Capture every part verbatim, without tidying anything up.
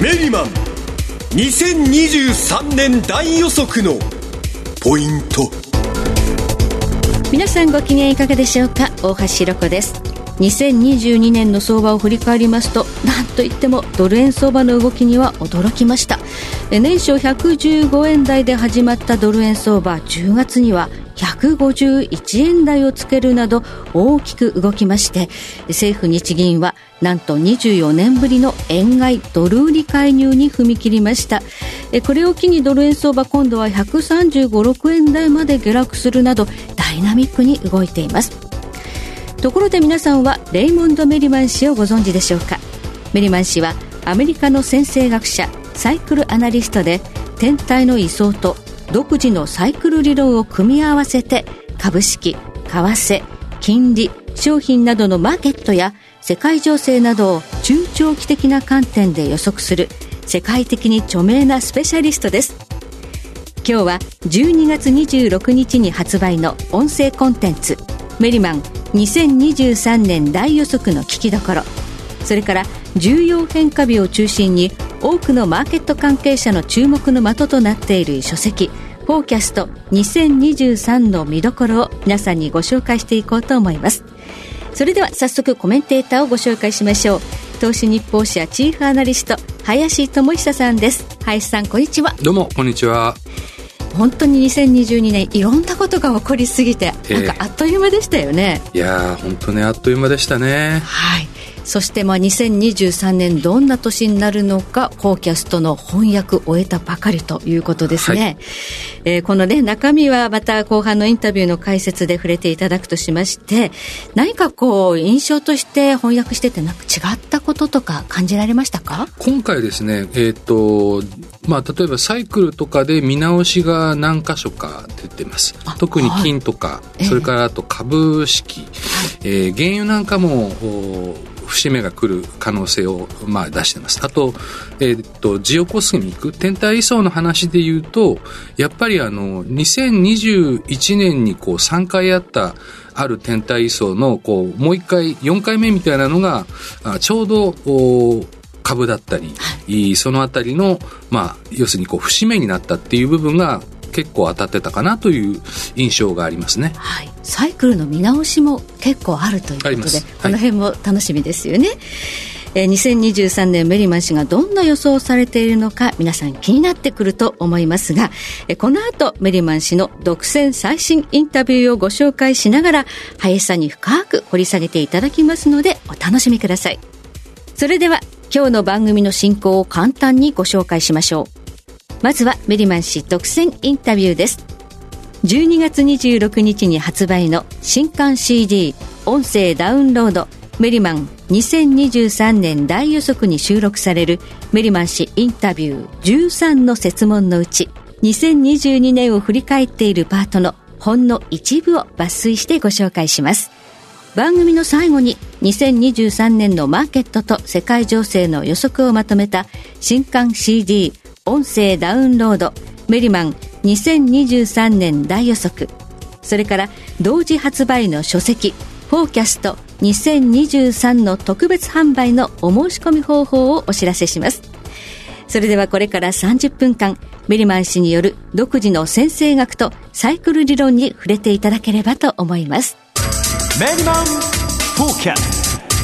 メリマンにせんにじゅうさんねん大予測のポイント。 皆さんご機嫌いかがでしょうか。大橋ひろ子です。にせんにじゅうにねんの相場を振り返りますと、なんといってもドル円相場の動きには驚きました。年初ひゃくじゅうごえん台で始まったドル円相場、じゅうがつにはひゃくごじゅういちえん台をつけるなど大きく動きまして、政府日銀はなんとにじゅうよねんぶりの円買いドル売り介入に踏み切りました。これを機にドル円相場、今度はひゃくさんじゅうご、ろくえん台まで下落するなどダイナミックに動いています。ところで皆さんはレイモンド・メリマン氏をご存知でしょうか。メリマン氏はアメリカの先生学者、サイクルアナリストで、天体の位相と独自のサイクル理論を組み合わせて株式、為替、金利、商品などのマーケットや世界情勢などを中長期的な観点で予測する世界的に著名なスペシャリストです。今日はじゅうにがつにじゅうろくにちに発売の音声コンテンツメリマンにせんにじゅうさんねん大予測の聞きどころ、それから重要変化日を中心に多くのマーケット関係者の注目の的となっている書籍フォーキャストにせんにじゅうさんの見どころを皆さんにご紹介していこうと思います。それでは早速コメンテーターをご紹介しましょう。投資日報社チーフアナリスト林智久さんです。林さん、こんにちは。 どうもこんにちは。 本当ににせんにじゅうにねんいろんなことが起こりすぎて、えー、なんかあっという間でしたよね。 いやー本当ね、あっという間でしたね。 はい。そしてまあにせんにじゅうさんねんどんな年になるのか、フォーキャストの翻訳を終えたばかりということですね。はい。えー、このね中身はまた後半のインタビューの解説で触れていただくとしまして、何かこう印象として翻訳しててなんか違ったこととか感じられましたか？ 今回ですね、えーとまあ、例えばサイクルとかで見直しが何箇所か出てます。特に金とか、はい、それからあと株式、はい、えー、原油なんかも節目が来る可能性をまあ出してます。あと、えー、とジオコスミック天体位相の話で言うと、やっぱりあのにせんにじゅういちねんにこうさんかいあったある天体位相のこうもういっかいよんかいめみたいなのがちょうど株だったり、はい、そのあたりの、まあ、要するにこう節目になったっていう部分が結構当たってたかなという印象がありますね。 はい、サイクルの見直しも結構あるということで、この辺も楽しみですよね。はい、えー、にせんにじゅうさんねんメリマン氏がどんな予想をされているのか皆さん気になってくると思いますが、えー、この後メリマン氏の独占最新インタビューをご紹介しながら林さんに深く掘り下げていただきますのでお楽しみください。それでは今日の番組の進行を簡単にご紹介しましょう。まずはメリマン氏独占インタビューです。じゅうにがつにじゅうろくにちに発売の新刊 シーディー 音声ダウンロードメリマンにせんにじゅうさんねん大予測に収録されるメリマン氏インタビューじゅうさんの設問のうち、にせんにじゅうにねんを振り返っているパートのほんの一部を抜粋してご紹介します。番組の最後ににせんにじゅうさんねんのマーケットと世界情勢の予測をまとめた新刊 シーディー 音声ダウンロードメリマンにせんにじゅうさんねん大予測、それから同時発売の書籍フォーキャストにせんにじゅうさんの特別販売のお申し込み方法をお知らせします。それではこれからさんじゅっぷんかんメリマン氏による独自の先生学とサイクル理論に触れていただければと思います。 メリマンフォーキャスト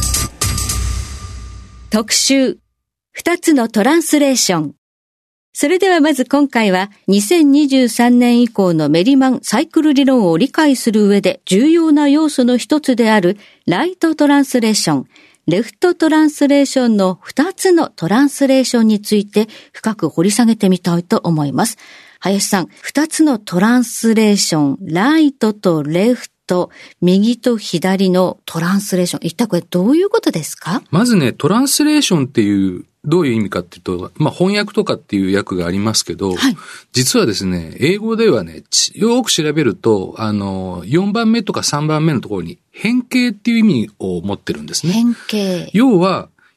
特集ふたつのトランスレーション。それではまず今回はにせんにじゅうさんねん以降のメリマンサイクル理論を理解する上で重要な要素の一つであるライトトランスレーション、レフトトランスレーションのふたつのトランスレーションについて深く掘り下げてみたいと思います。林さん、ふたつのトランスレーション、ライトとレフト、右と左のトランスレーション、一体これどういうことですか？ まずね、トランスレーションっていうどういう意味かっていうと、まあ、翻訳とかっていう訳がありますけど、はい、実はですね、英語ではね、よく調べると、あの、よんばんめとかさんばんめのところに変形っていう意味を持ってるんですね。 変形。 要は、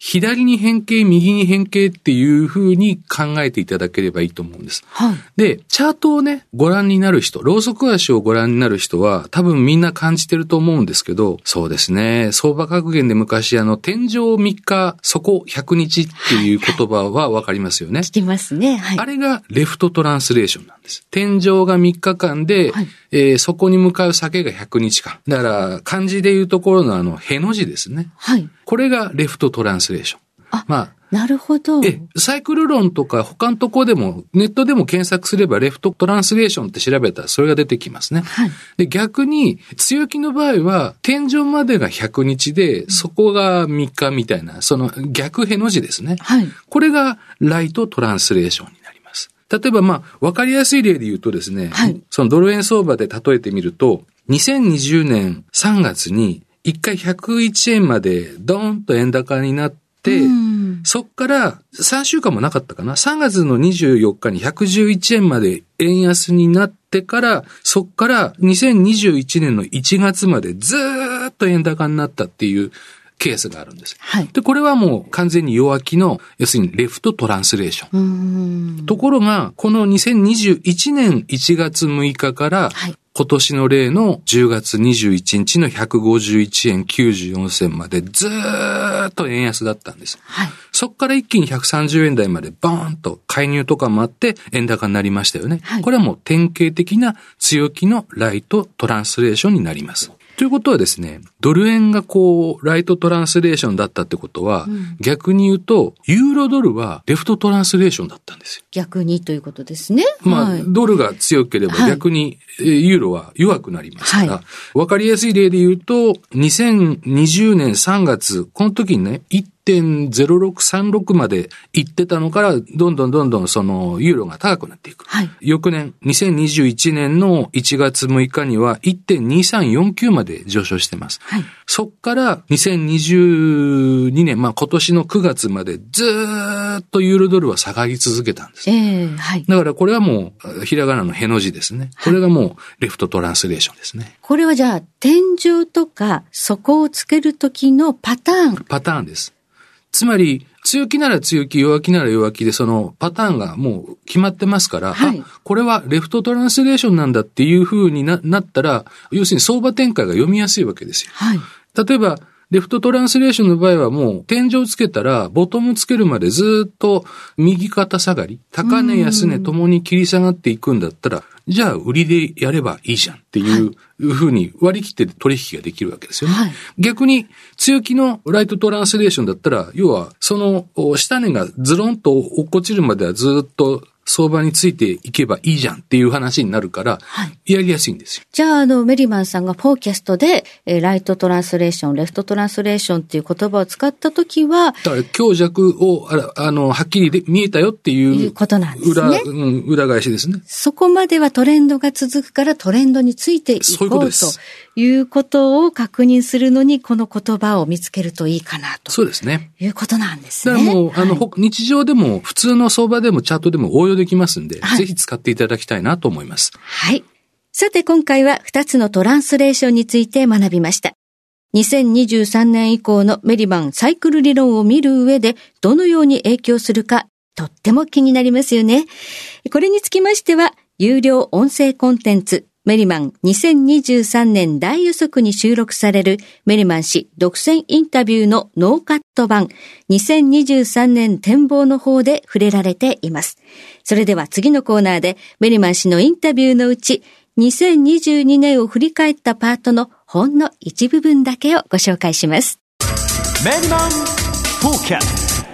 左に変形、右に変形っていう風に考えていただければいいと思うんです。 はい。 で、チャートをね、ご覧になる人、ローソク足をご覧になる人は多分みんな感じてると思うんですけど、そうですね、相場格言で昔あの、天井みっか、底ひゃくにちっていう言葉はわかりますよね。 聞きますね。はい。 あれがレフトトランスレーションなんです。天井がみっかかんで、はい、えー、そこに向かう先がひゃくにちかん。だから漢字でいうところのあの、への字ですね。 はい。 これがレフトトランスレーション。 あ、まあ、なるほど。 え、サイクル論とか他のとこでも、ネットでも検索すればレフトトランスレーションって調べたらそれが出てきますね。 はい。 で、逆に、強気の場合は、天井までがひゃくにちで、そこがみっかみたいな、その逆への字ですね。 はい。これがライトトランスレーションになります。例えばまあ、わかりやすい例で言うとですね、はい。そのドル円相場で例えてみると、にせんにじゅうねんさんがつに一回ひゃくいちえんまでドーンと円高になって、そっからさんしゅうかんもなかったかな。さんがつのにじゅうよっかにひゃくじゅういちえんまで円安になってから、そっからにせんにじゅういちねんのいちがつまでずーっと円高になったっていうケースがあるんです。 はい。 で、これはもう完全に弱気の、要するにレフトトランスレーション。 うーん。 ところが、このにせんにじゅういちねんいちがつむいかから、はい、今年の例のじゅうがつにじゅういちにちのひゃくごじゅういちえんきゅうじゅうよんせんまでずーっと円安だったんです。 はい。 そっから一気にひゃくさんじゅうえん台までバーンと介入とかもあって円高になりましたよね。はい。これはもう典型的な強気のライトトランスレーションになります。ということはですね、ドル円がこう、ライトトランスレーションだったってことは、うん、逆に言うと、ユーロドルはレフトトランスレーションだったんですよ。 逆にということですね。 まあ、はい、ドルが強ければ逆に、はい、ユーロは弱くなりますから、はい、わかりやすい例で言うと、にせんにじゅうねんさんがつ、この時にね、いってんゼロろくさんろく まで行ってたのから、どんどんどんどんそのユーロが高くなっていく。はい、翌年、にせんにじゅういちねんのいちがつむいかには いってんにさんよんきゅう まで上昇してます。はい、そっからにせんにじゅうにねん、まあ今年のくがつまでずーっとユーロドルは下がり続けたんです。 えーはい、 だからこれはもう、ひらがなのへの字ですね。これがもうレフトトランスレーションですね。 これはじゃあ、天井とか底をつけるときのパターン。 パターンです。つまり、強気なら強気、弱気なら弱気で、そのパターンがもう決まってますから、はい、あ、これはレフトトランスレーションなんだっていう風に な, なったら、要するに相場展開が読みやすいわけですよ。 はい、 例えば、レフトトランスレーションの場合はもう天井つけたらボトムつけるまでずっと右肩下がり、高値安値ともに切り下がっていくんだったら、じゃあ売りでやればいいじゃんっていうふうに割り切って取引ができるわけですよね。はい、逆に強気のライトトランスレーションだったら、要はその下値がズロンと落っこちるまではずっと相場についていけばいいじゃんっていう話になるから、はい、やりやすいんですよ。 じゃあ、あの、メリマンさんがフォーキャストで、えー、ライトトランスレーション、レフトトランスレーションっていう言葉を使ったときは、 だから強弱を、あ, あの、はっきりで見えたよっていう、 いうことなんですね。 裏、うん、裏返しですね。 そこまではトレンドが続くからトレンドについていこうと。そういうことです。いうことを確認するのに、この言葉を見つけるといいかなと。 そうですね。 いうことなんですね。 だからもう、はい、あの、日常でも、普通の相場でもチャートでも応用できますんで、はい、ぜひ使っていただきたいなと思います。 はい。さて今回はふたつのトランスレーションについて学びました。にせんにじゅうさんねん以降のメリマンサイクル理論を見る上で、どのように影響するか、とっても気になりますよね。これにつきましては、有料音声コンテンツ、メリマンにせんにじゅうさんねん大予測に収録されるメリマン氏独占インタビューのノーカット版にせんにじゅうさんねん展望の方で触れられています。それでは次のコーナーでメリマン氏のインタビューのうちにせんにじゅうにねんを振り返ったパートのほんの一部分だけをご紹介します。 メリマンフォーキャスト。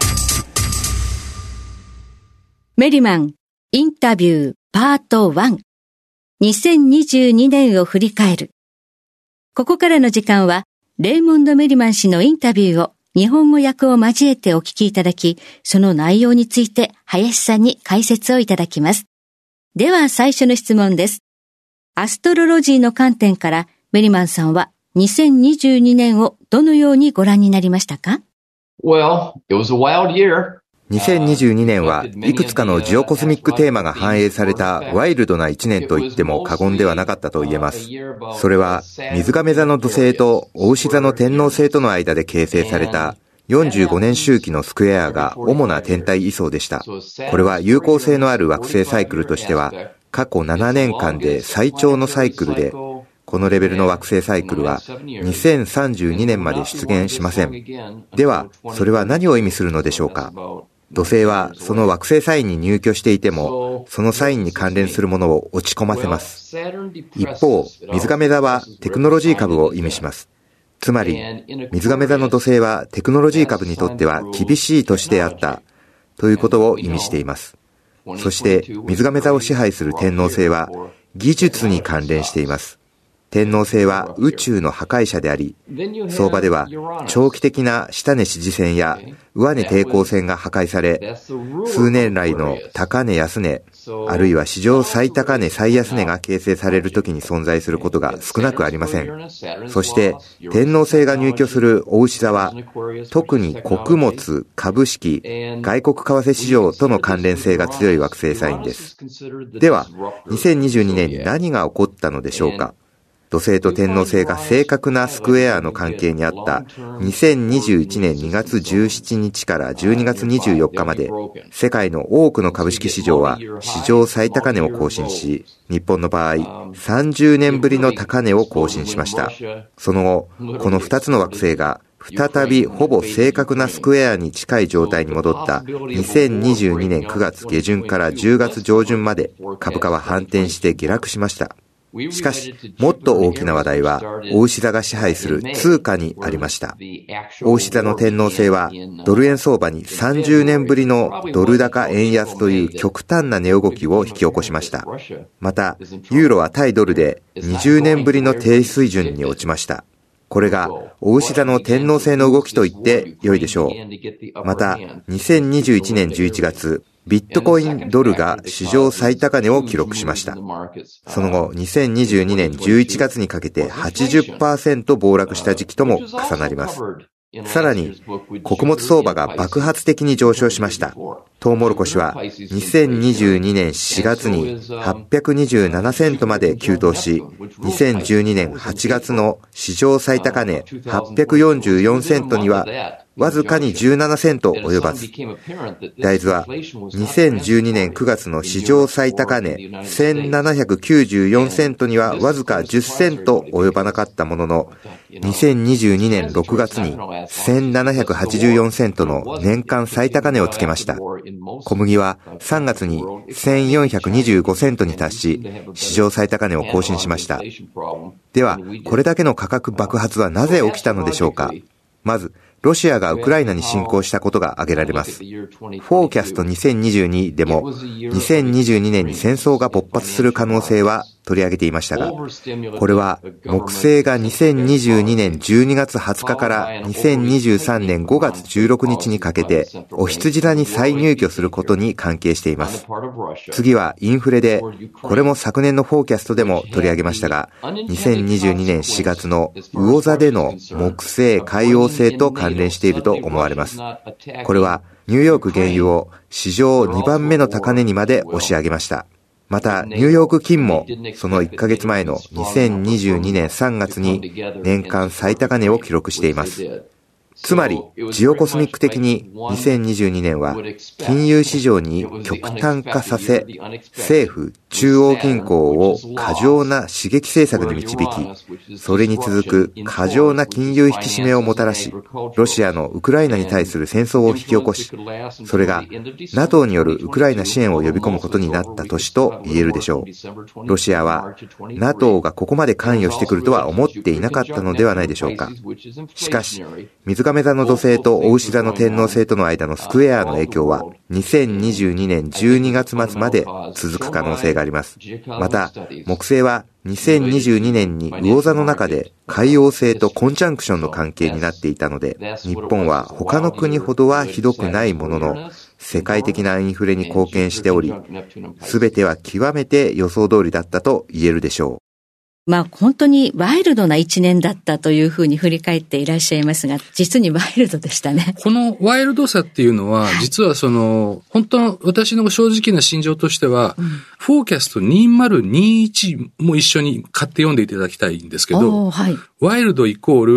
メリマンインタビューパートいちにせんにじゅうにねんを振り返る。ここからの時間は、レイモンド・メリマン氏のインタビューを日本語訳を交えてお聞きいただき、その内容について林さんに解説をいただきます。では最初の質問です。アストロロジーの観点から、メリマンさんはにせんにじゅうにねんをどのようにご覧になりましたか？ Well, it was a wild year. にせんにじゅうにねんはいくつかのジオコスミックテーマが反映されたワイルドないちねんと言っても過言ではなかったと言えます。それは水亀座の土星と牡牛座の天王星との間で形成されたよんじゅうごねん周期のスクエアが主な天体位相でした。これは有効性のある惑星サイクルとしては、過去ななねんかんで最長のサイクルで、このレベルの惑星サイクルはにせんさんじゅうにねんまで出現しません。では、それは何を意味するのでしょうか。土星はその惑星サインに入居していても、そのサインに関連するものを落ち込ませます。一方、水亀座はテクノロジー株を意味します。つまり、水亀座の土星はテクノロジー株にとっては厳しい年であったということを意味しています。そして、水亀座を支配する天王星は技術に関連しています。天王星は宇宙の破壊者であり、相場では長期的な下値支持線や上値抵抗線が破壊され、数年来の高値安値、あるいは史上最高値最安値が形成されるときに存在することが少なくありません。そして、天王星が入居する牡牛座は、特に穀物、株式、外国為替市場との関連性が強い惑星サインです。では、にせんにじゅうにねんに何が起こったのでしょうか。土星と天王星が正確なスクエアの関係にあったにせんにじゅういちねんにがつじゅうしちにちからじゅうにがつにじゅうよっかまで、世界の多くの株式市場は史上最高値を更新し、日本の場合さんじゅうねんぶりの高値を更新しました。その後、このふたつの惑星が再びほぼ正確なスクエアに近い状態に戻ったにせんにじゅうにねんくがつげじゅんからじゅうがつじょうじゅんまで株価は反転して下落しました。しかし、もっと大きな話題は、牡牛座が支配する通貨にありました。牡牛座の天王星は、ドル円相場にさんじゅうねんぶりのドル高円安という極端な値動きを引き起こしました。また、ユーロは対ドルでにじゅうねんぶりの低水準に落ちました。これが、牡牛座の天王星の動きと言って良いでしょう。また、にせんにじゅういちねんじゅういちがつ、ビットコインドルが史上最高値を記録しました。その後、にせんにじゅうにねんじゅういちがつにかけて はちじゅっパーセント 暴落した時期とも重なります。さらに、穀物相場が爆発的に上昇しました。トウモロコシはにせんにじゅうにねんしがつにはっぴゃくにじゅうななセントまで急騰し、にせんじゅうにねんはちがつの史上最高値はっぴゃくよんじゅうよんセントにはわずかにじゅうななセント及ばず、大豆はにせんじゅうにねんくがつの史上最高値せんななひゃくきゅうじゅうよんセントにはわずかじゅっセント及ばなかったものの、にせんにじゅうにねんろくがつにせんななひゃくはちじゅうよんセントの年間最高値をつけました。小麦はさんがつにせんよんひゃくにじゅうごセントに達し、史上最高値を更新しました。では、これだけの価格爆発はなぜ起きたのでしょうか。まず、ロシアがウクライナに侵攻したことが挙げられます。フォーキャストにせんにじゅうにでもにせんにじゅうにねんに戦争が勃発する可能性は取り上げていましたが、これは木星がにせんにじゅうにねんじゅうにがつはつかからにせんにじゅうさんねんごがつじゅうろくにちにかけてお羊座に再入居することに関係しています。次はインフレで、これも昨年のフォーキャストでも取り上げましたが、にせんにじゅうにねんしがつの魚座での木星海王星と関連していると思われます。これはニューヨーク原油を史上にばんめの高値にまで押し上げました。また、ニューヨーク金もそのいっかげつまえのにせんにじゅうにねんさんがつに年間最高値を記録しています。つまり、ジオコスミック的ににせんにじゅうにねんは金融市場に極端化させ、政府、中央銀行を過剰な刺激政策で導き、それに続く過剰な金融引き締めをもたらし、ロシアのウクライナに対する戦争を引き起こし、それが ナトー によるウクライナ支援を呼び込むことになった年と言えるでしょう。ロシアは ナトー がここまで関与してくるとは思っていなかったのではないでしょうか。しかし、水亀座の土星と牡牛座の天王星との間のスクエアの影響はにせんにじゅうにねんじゅうにがつまつまで続く可能性があります。また、木星はにせんにじゅうにねんに魚座の中で海王星とコンジャンクションの関係になっていたので、日本は他の国ほどはひどくないものの、世界的なインフレに貢献しており、すべては極めて予想通りだったと言えるでしょう。 まあ本当にワイルドな一年だったというふうに振り返っていらっしゃいますが、実にワイルドでしたね。 このワイルドさっていうのは、実はその、本当の私の正直な心情としては、うん、フォーキャストにせんにじゅういちも一緒に買って読んでいただきたいんですけど、はい、ワイルドイコール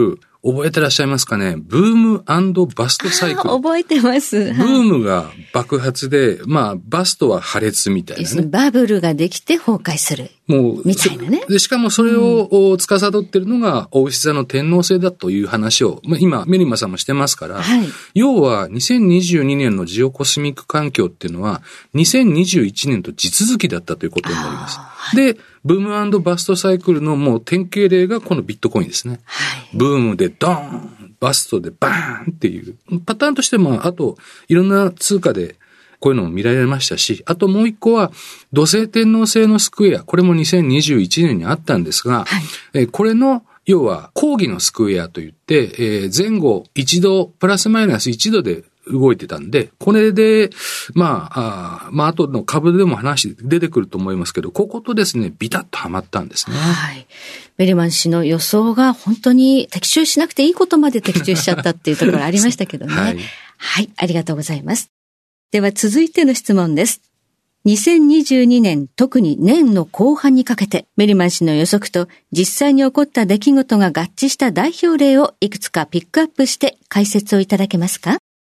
覚えてらっしゃいますかね。ブーム&バストサイクル。 覚えてます。 ブームが爆発で、まあ、バストは破裂みたいなね。 バブルができて崩壊する。もう、みたいなね。 で、しかもそれを司ってるのが、お牛座の天王星だという話を、まあ、今、メリマさんもしてますから、はい、要は、にせんにじゅうにねんのジオコスミック環境っていうのは、にせんにじゅういちねんと地続きだったということになります。はい、で、ブーム&バストサイクルのもう典型例がこのビットコインですね。はい、ブームでドーン、バストでバーンっていうパターンとしても、あといろんな通貨でこういうのも見られましたし、あともう一個は土星天王星のスクエア、これもにせんにじゅういちねんにあったんですが、はい、えこれの要は交義のスクエアといって、えー、前後一度プラスマイナス一度で動いてたんで、これで、まあ、あまあ、後の株でも話出てくると思いますけど、こことですね、ビタッとはまったんですね。 はい。メリマン氏の予想が本当に的中しなくていいことまで的中しちゃったっていうところありましたけどね。はい、はい、ありがとうございます。では続いての質問です。にせんにじゅうにねん、特に年の後半にかけて、メリマン氏の予測と実際に起こった出来事が合致した代表例をいくつかピックアップして解説をいただけますか？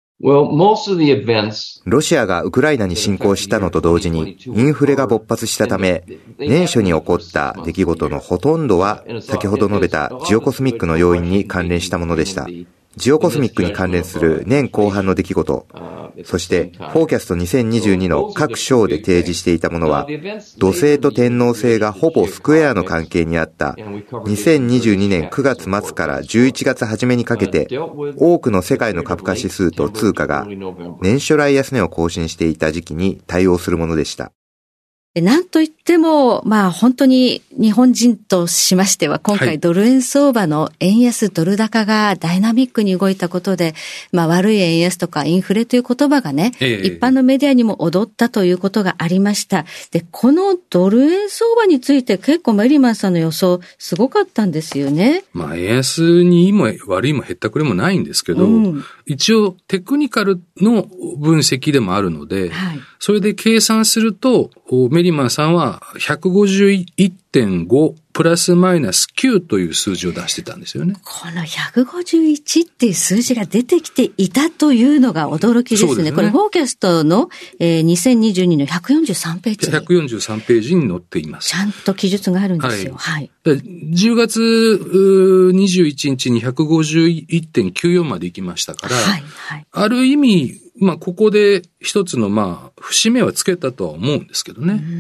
ロシアがウクライナに侵攻したのと同時にインフレが勃発したため、年初に起こった出来事のほとんどは先ほど述べたジオコスミックの要因に関連したものでした。ジオコスミックに関連する年後半の出来事、そしてフォーキャストにせんにじゅうにの各章で提示していたものは、土星と天王星がほぼスクエアの関係にあったにせんにじゅうにねんくがつ末からじゅういちがつ初めにかけて、多くの世界の株価指数と通貨が年初来安値を更新していた時期に対応するものでした。 なんといっても、まあ本当に日本人としましては、今回ドル円相場の円安ドル高がダイナミックに動いたことで、まあ悪い円安とかインフレという言葉がね、ええ、一般のメディアにも踊ったということがありました。で、このドル円相場について結構メリマンさんの予想すごかったんですよね。 まあ円安にいいも悪いもへったくれもないんですけど、うん、一応テクニカルの分析でもあるので、はい、それで計算すると、メリマンさんは ひゃくごじゅういってんご プラスマイナスきゅうという数字を出してたんですよね。 このひゃくごじゅういちっていう数字が出てきていたというのが驚きですね。そうですね。これフォーキャストの、えー、にせんにじゅうにのひゃくよんじゅうさんページに。 ひゃくよんじゅうさんページに載っています。 ちゃんと記述があるんですよ。はい。 はい、じゅうがつにじゅういちにちに ひゃくごじゅういってんきゅうよん まで行きましたから、はいはい、ある意味、まあ、ここで一つの、まあ、節目はつけたとは思うんですけどね。うん、うん、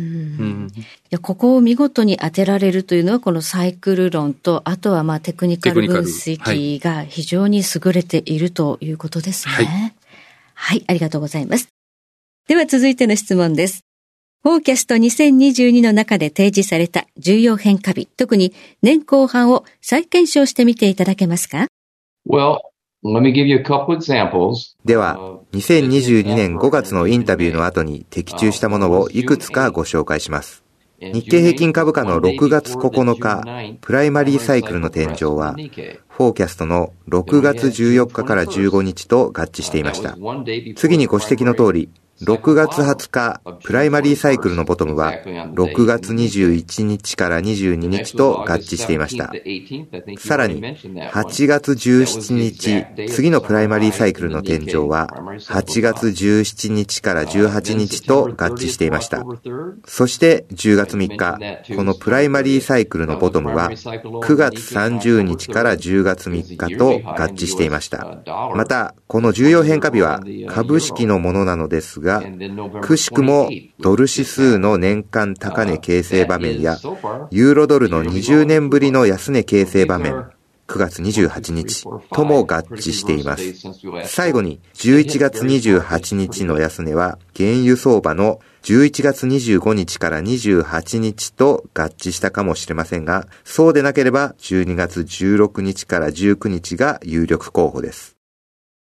いや、ここを見事に当てられるというのは、このサイクル論と、あとはまあ、テクニカル分析が非常に優れているということですね。はい。はい、ありがとうございます。では続いての質問です。フォーキャストにせんにじゅうにの中で提示された重要変化日、特に年後半を再検証してみていただけますか？ Well, let me give you a couple examples. では、にせんにじゅうにねんごがつのインタビューの後に的中したものをいくつかご紹介します。日経平均株価のろくがつここのか、プライマリーサイクルの天井は、フォーキャストのろくがつじゅうよっかからじゅうごにちと合致していました。次にご指摘の通り、ろくがつはつか、プライマリーサイクルのボトムは、ろくがつにじゅういちにちからにじゅうににちと合致していました。さらに、はちがつじゅうしちにち、次のプライマリーサイクルの天井は、はちがつじゅうしちにちからじゅうはちにちと合致していました。そして、じゅうがつみっか、このプライマリーサイクルのボトムは、くがつさんじゅうにちからじゅうがつみっかと合致していました。また、この重要変化日は、株式のものなのですが、くしくもドル指数の年間高値形成場面やユーロドルのにじゅうねんぶりの安値形成場面くがつにじゅうはちにちとも合致しています。最後にじゅういちがつにじゅうはちにちの安値は原油相場のじゅういちがつにじゅうごにちからにじゅうはちにちと合致したかもしれませんが、そうでなければじゅうにがつじゅうろくにちからじゅうくにちが有力候補です。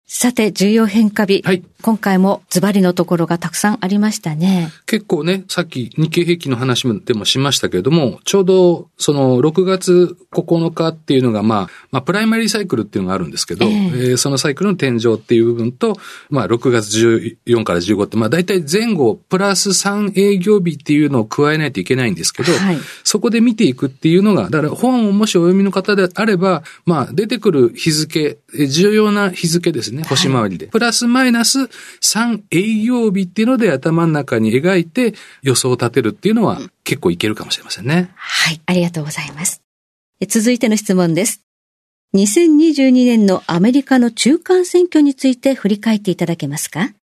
さて、重要変化日。 はい。 今回もズバリのところがたくさんありましたね。 結構ね、さっき日経平均の話でもしましたけれども、ちょうどそのろくがつここのかっていうのがまあ、まあプライマリーサイクルっていうのがあるんですけど、えーえー、そのサイクルの天井っていう部分と、まあろくがつじゅうよっかからじゅうごってまあ大体前後プラスさん営業日っていうのを加えないといけないんですけど、はい、そこで見ていくっていうのが、だから本をもしお読みの方であれば、まあ出てくる日付、重要な日付ですね、星回りで。はい、プラスマイナスさん営業日っていうので頭の中に描いて予想を立てるっていうのは結構いけるかもしれませんね。 はい、ありがとうございます。続いての質問です。にせんにじゅうにねんのアメリカの中間選挙について振り返っていただけますか？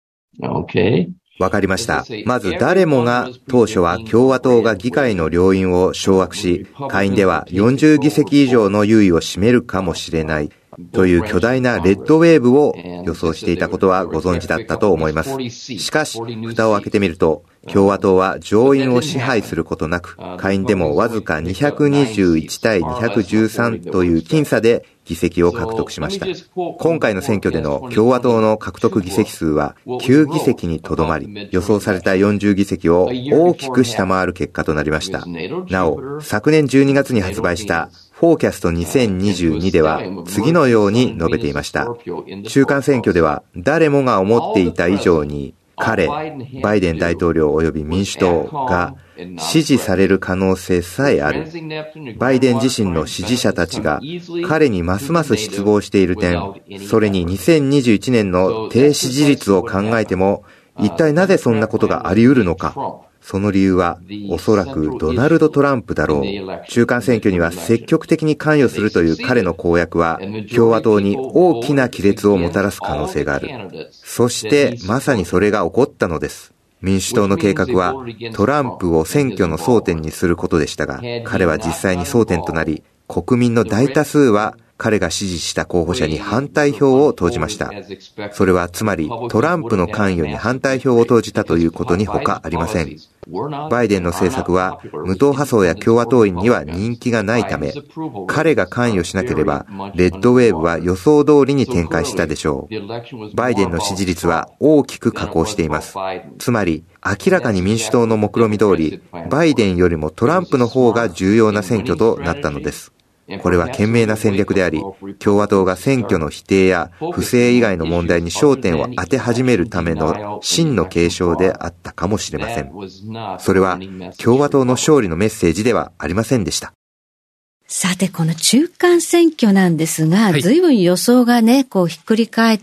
OK。 わかりました。まず誰もが当初は共和党が議会の両院を掌握し、下院ではよんじゅうぎせき以上の優位を占めるかもしれないという巨大なレッドウェーブを予想していたことはご存知だったと思います。しかし、蓋を開けてみると、共和党は上院を支配することなく、下院でもわずかにひゃくにじゅういちたいにひゃくじゅうさんという僅差で議席を獲得しました。今回の選挙での共和党の獲得議席数はきゅうぎせきにとどまり、予想されたよんじゅうぎせきを大きく下回る結果となりました。なお、昨年じゅうにがつに発売したフォーキャストにせんにじゅうにでは次のように述べていました。中間選挙では誰もが思っていた以上に彼、バイデン大統領及び民主党が支持される可能性さえある。バイデン自身の支持者たちが彼にますます失望している点、それににせんにじゅういちねんの低支持率を考えても、一体なぜそんなことがあり得るのか。その理由はおそらくドナルド・トランプだろう。中間選挙には積極的に関与するという彼の公約は共和党に大きな亀裂をもたらす可能性がある。そしてまさにそれが起こったのです。民主党の計画はトランプを選挙の争点にすることでしたが、彼は実際に争点となり、国民の大多数は彼が支持した候補者に反対票を投じました。それはつまりトランプの関与に反対票を投じたということに他ありません。バイデンの政策は無党派層や共和党員には人気がないため、彼が関与しなければレッドウェーブは予想通りに展開したでしょう。バイデンの支持率は大きく下降しています。つまり明らかに民主党の目論見通り、バイデンよりもトランプの方が重要な選挙となったのです。これは賢明な戦略であり、共和党が選挙の否定や不正以外の問題に焦点を当て始めるための真の継承であったかもしれません。それは共和党の勝利のメッセージではありませんでした。 さて、この中間選挙なんですが、はい、随分予想がね、こうひっくり返って、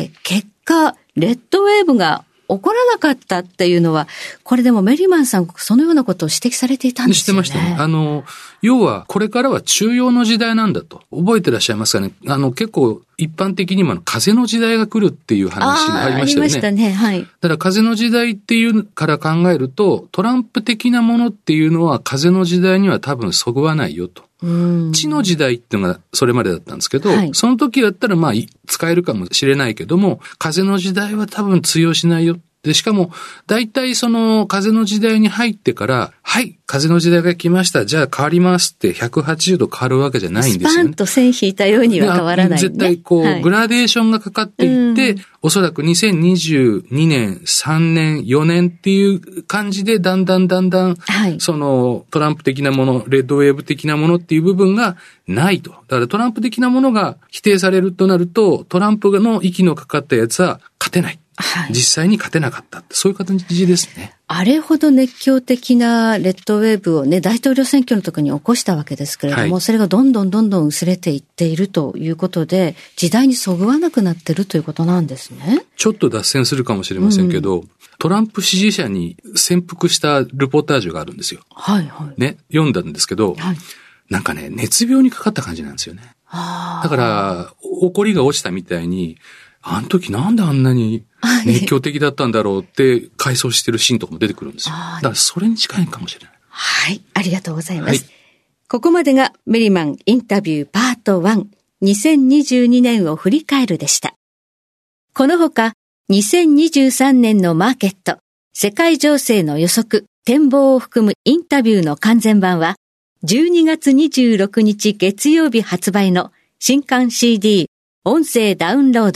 結果、レッドウェーブが起こらなかったっていうのは、これでもメリマンさん、そのようなことを指摘されていたんですよね。 してましたね。あの、要は、これからは中庸の時代なんだと。覚えてらっしゃいますかね。あの、結構、一般的にも風の時代が来るっていう話がありましたよね。ありましたね。はい。だから風の時代っていうから考えると、トランプ的なものっていうのは風の時代には多分そぐわないよと。地の時代っていうのがそれまでだったんですけど、はい、その時だったらまあ使えるかもしれないけども、風の時代は多分通用しないよ。で、しかも、大体その風の時代に入ってから、はい、風の時代が来ました、じゃあ変わりますってひゃくはちじゅうど変わるわけじゃないんですよね。 スパンと線引いたようには変わらない、ね。 絶対こう、はい、グラデーションがかかっていって、おそらくにせんにじゅうにねん、さんねん、よねんっていう感じで、だんだんだんだん、はい、そのトランプ的なもの、レッドウェーブ的なものっていう部分がないと。だからトランプ的なものが否定されるとなると、トランプの息のかかったやつは勝てない。はい、実際に勝てなかったって、そういう形ですね。 あれほど熱狂的なレッドウェーブをね、大統領選挙の時に起こしたわけですけれども、はい、それがどんどんどんどん薄れていっているということで、時代にそぐわなくなっているということなんですね。 ちょっと脱線するかもしれませんけど、うん、トランプ支持者に潜伏したルポタージュがあるんですよ。はいはい。ね、読んだんですけど、はい、なんかね、熱病にかかった感じなんですよね。だから、怒りが落ちたみたいに、あの時なんであんなに熱狂的だったんだろうって回想してるシーンとかも出てくるんですよ。だからそれに近いかもしれない。 はい。ありがとうございます。はい、ここまでがメリマンインタビューパートワン、にせんにじゅうにねんを振り返るでした。このほか、にせんにじゅうさんねんのマーケット、世界情勢の予測、展望を含むインタビューの完全版は、じゅうにがつにじゅうろくにち月曜日発売の新刊 シーディー、音声ダウンロード、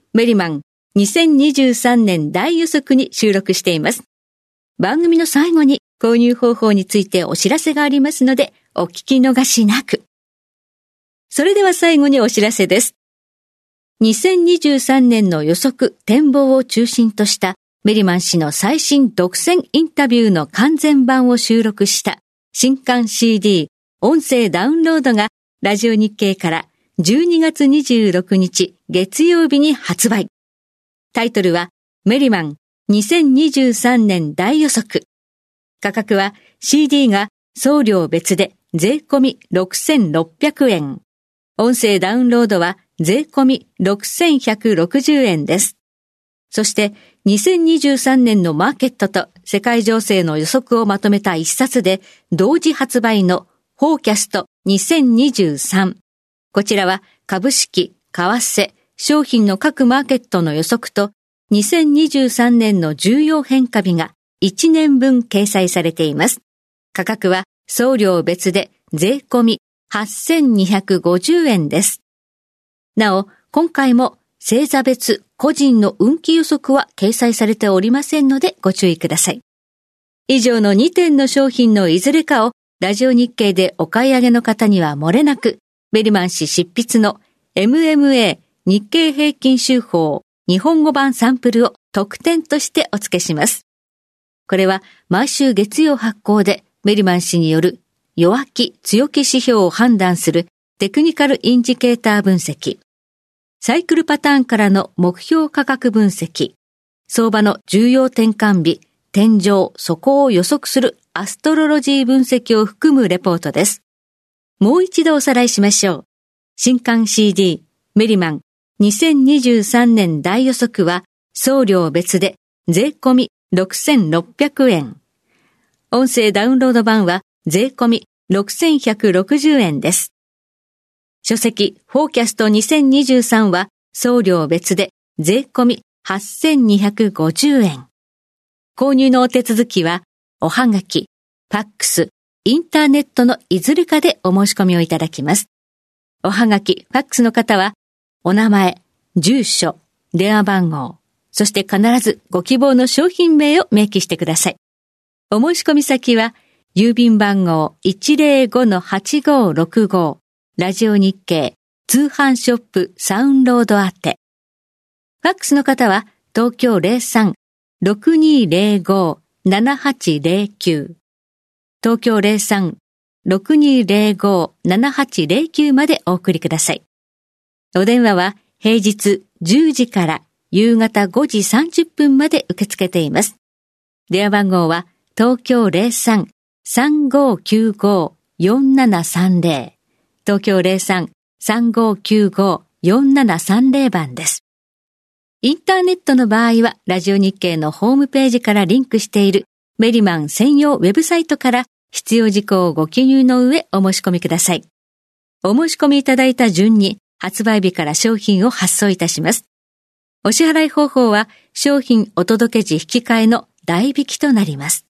メリマンにせんにじゅうさんねん大予測に収録しています。番組の最後に購入方法についてお知らせがありますので、お聞き逃しなく。それでは最後にお知らせです。にせんにじゅうさんねんの予測展望を中心としたメリマン氏の最新独占インタビューの完全版を収録した新刊 シーディー 音声ダウンロードがラジオ日経からじゅうにがつにじゅうろくにち月曜日に発売。タイトルはメリマンにせんにじゅうさんねん大予測。価格は シーディー が送料別で税込みろくせんろっぴゃくえん。音声ダウンロードは税込みろくせんひゃくろくじゅうえんです。そしてにせんにじゅうさんねんのマーケットと世界情勢の予測をまとめた一冊で同時発売のフォーキャストにせんにじゅうさん。こちらは株式、為替、商品の各マーケットの予測とにせんにじゅうさんねんの重要変化日がいちねんぶん掲載されています。価格は送料別で税込みはっせんにひゃくごじゅうえんです。なお、今回も星座別個人の運気予測は掲載されておりませんのでご注意ください。以上のにてんの商品のいずれかをラジオ日経でお買い上げの方には漏れなく、メリマン氏執筆の エムエムエー 日経平均週報日本語版サンプルを特典としてお付けします。これは毎週月曜発行でメリマン氏による弱気強気指標を判断するテクニカルインジケーター分析、サイクルパターンからの目標価格分析、相場の重要転換日、天井、底を予測するアストロロジー分析を含むレポートです。もう一度おさらいしましょう。新刊 シーディー メリマンにせんにじゅうさんねん大予測は送料別で税込みろくせんろっぴゃくえん。音声ダウンロード版は税込みろくせんひゃくろくじゅうえんです。書籍フォーキャストにせんにじゅうさんは送料別で税込みはっせんにひゃくごじゅうえん。購入のお手続きはおはがき、ファックス、インターネットのいずれかでお申し込みをいただきます。おはがき、ファックスの方はお名前、住所、電話番号、そして必ずご希望の商品名を明記してください。お申し込み先は郵便番号 いちぜろごのはちごろくご ラジオ日経通販ショップサウンロード宛て。ファックスの方は東京 ゼロさん ろくにゼロご ななはちゼロきゅう 東京 ゼロさん ろくにゼロご ななはちゼロきゅう までお送りください。お電話は平日じゅうじから夕方ごじさんじゅっぷんまで受け付けています。電話番号は東京 ゼロさん さんごきゅうご よんななさんゼロ 東京 ゼロさん さんごきゅうご よんななさんゼロ 番です。インターネットの場合はラジオ日経のホームページからリンクしているメリマン専用ウェブサイトから必要事項をご記入の上お申し込みください。お申し込みいただいた順に発売日から商品を発送いたします。お支払い方法は商品お届け時引き換えの代引きとなります。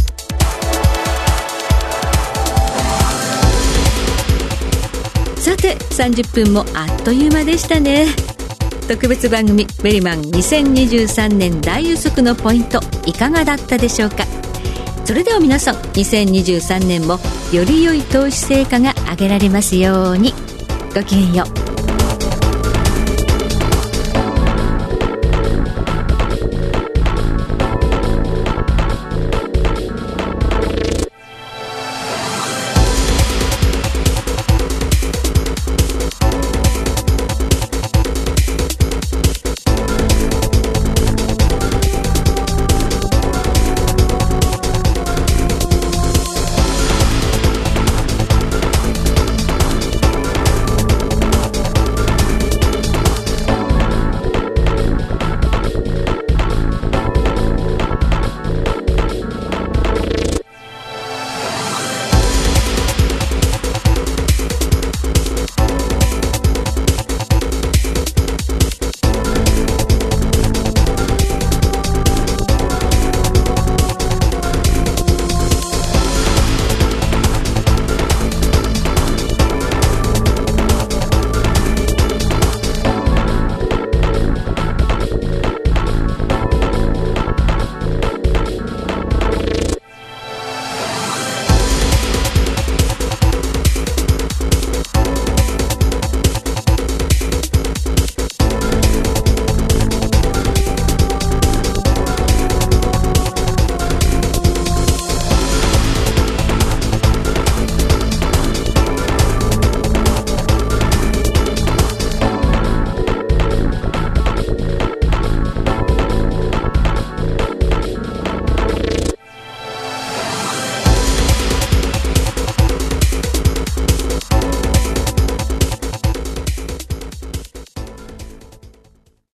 さてさんじゅっぷんもあっという間でしたね。特別番組メリマンにせんにじゅうさんねん大予測のポイントいかがだったでしょうか。それでは皆さんにせんにじゅうさんねんもより良い投資成果が上げられますように。ごきげんよう。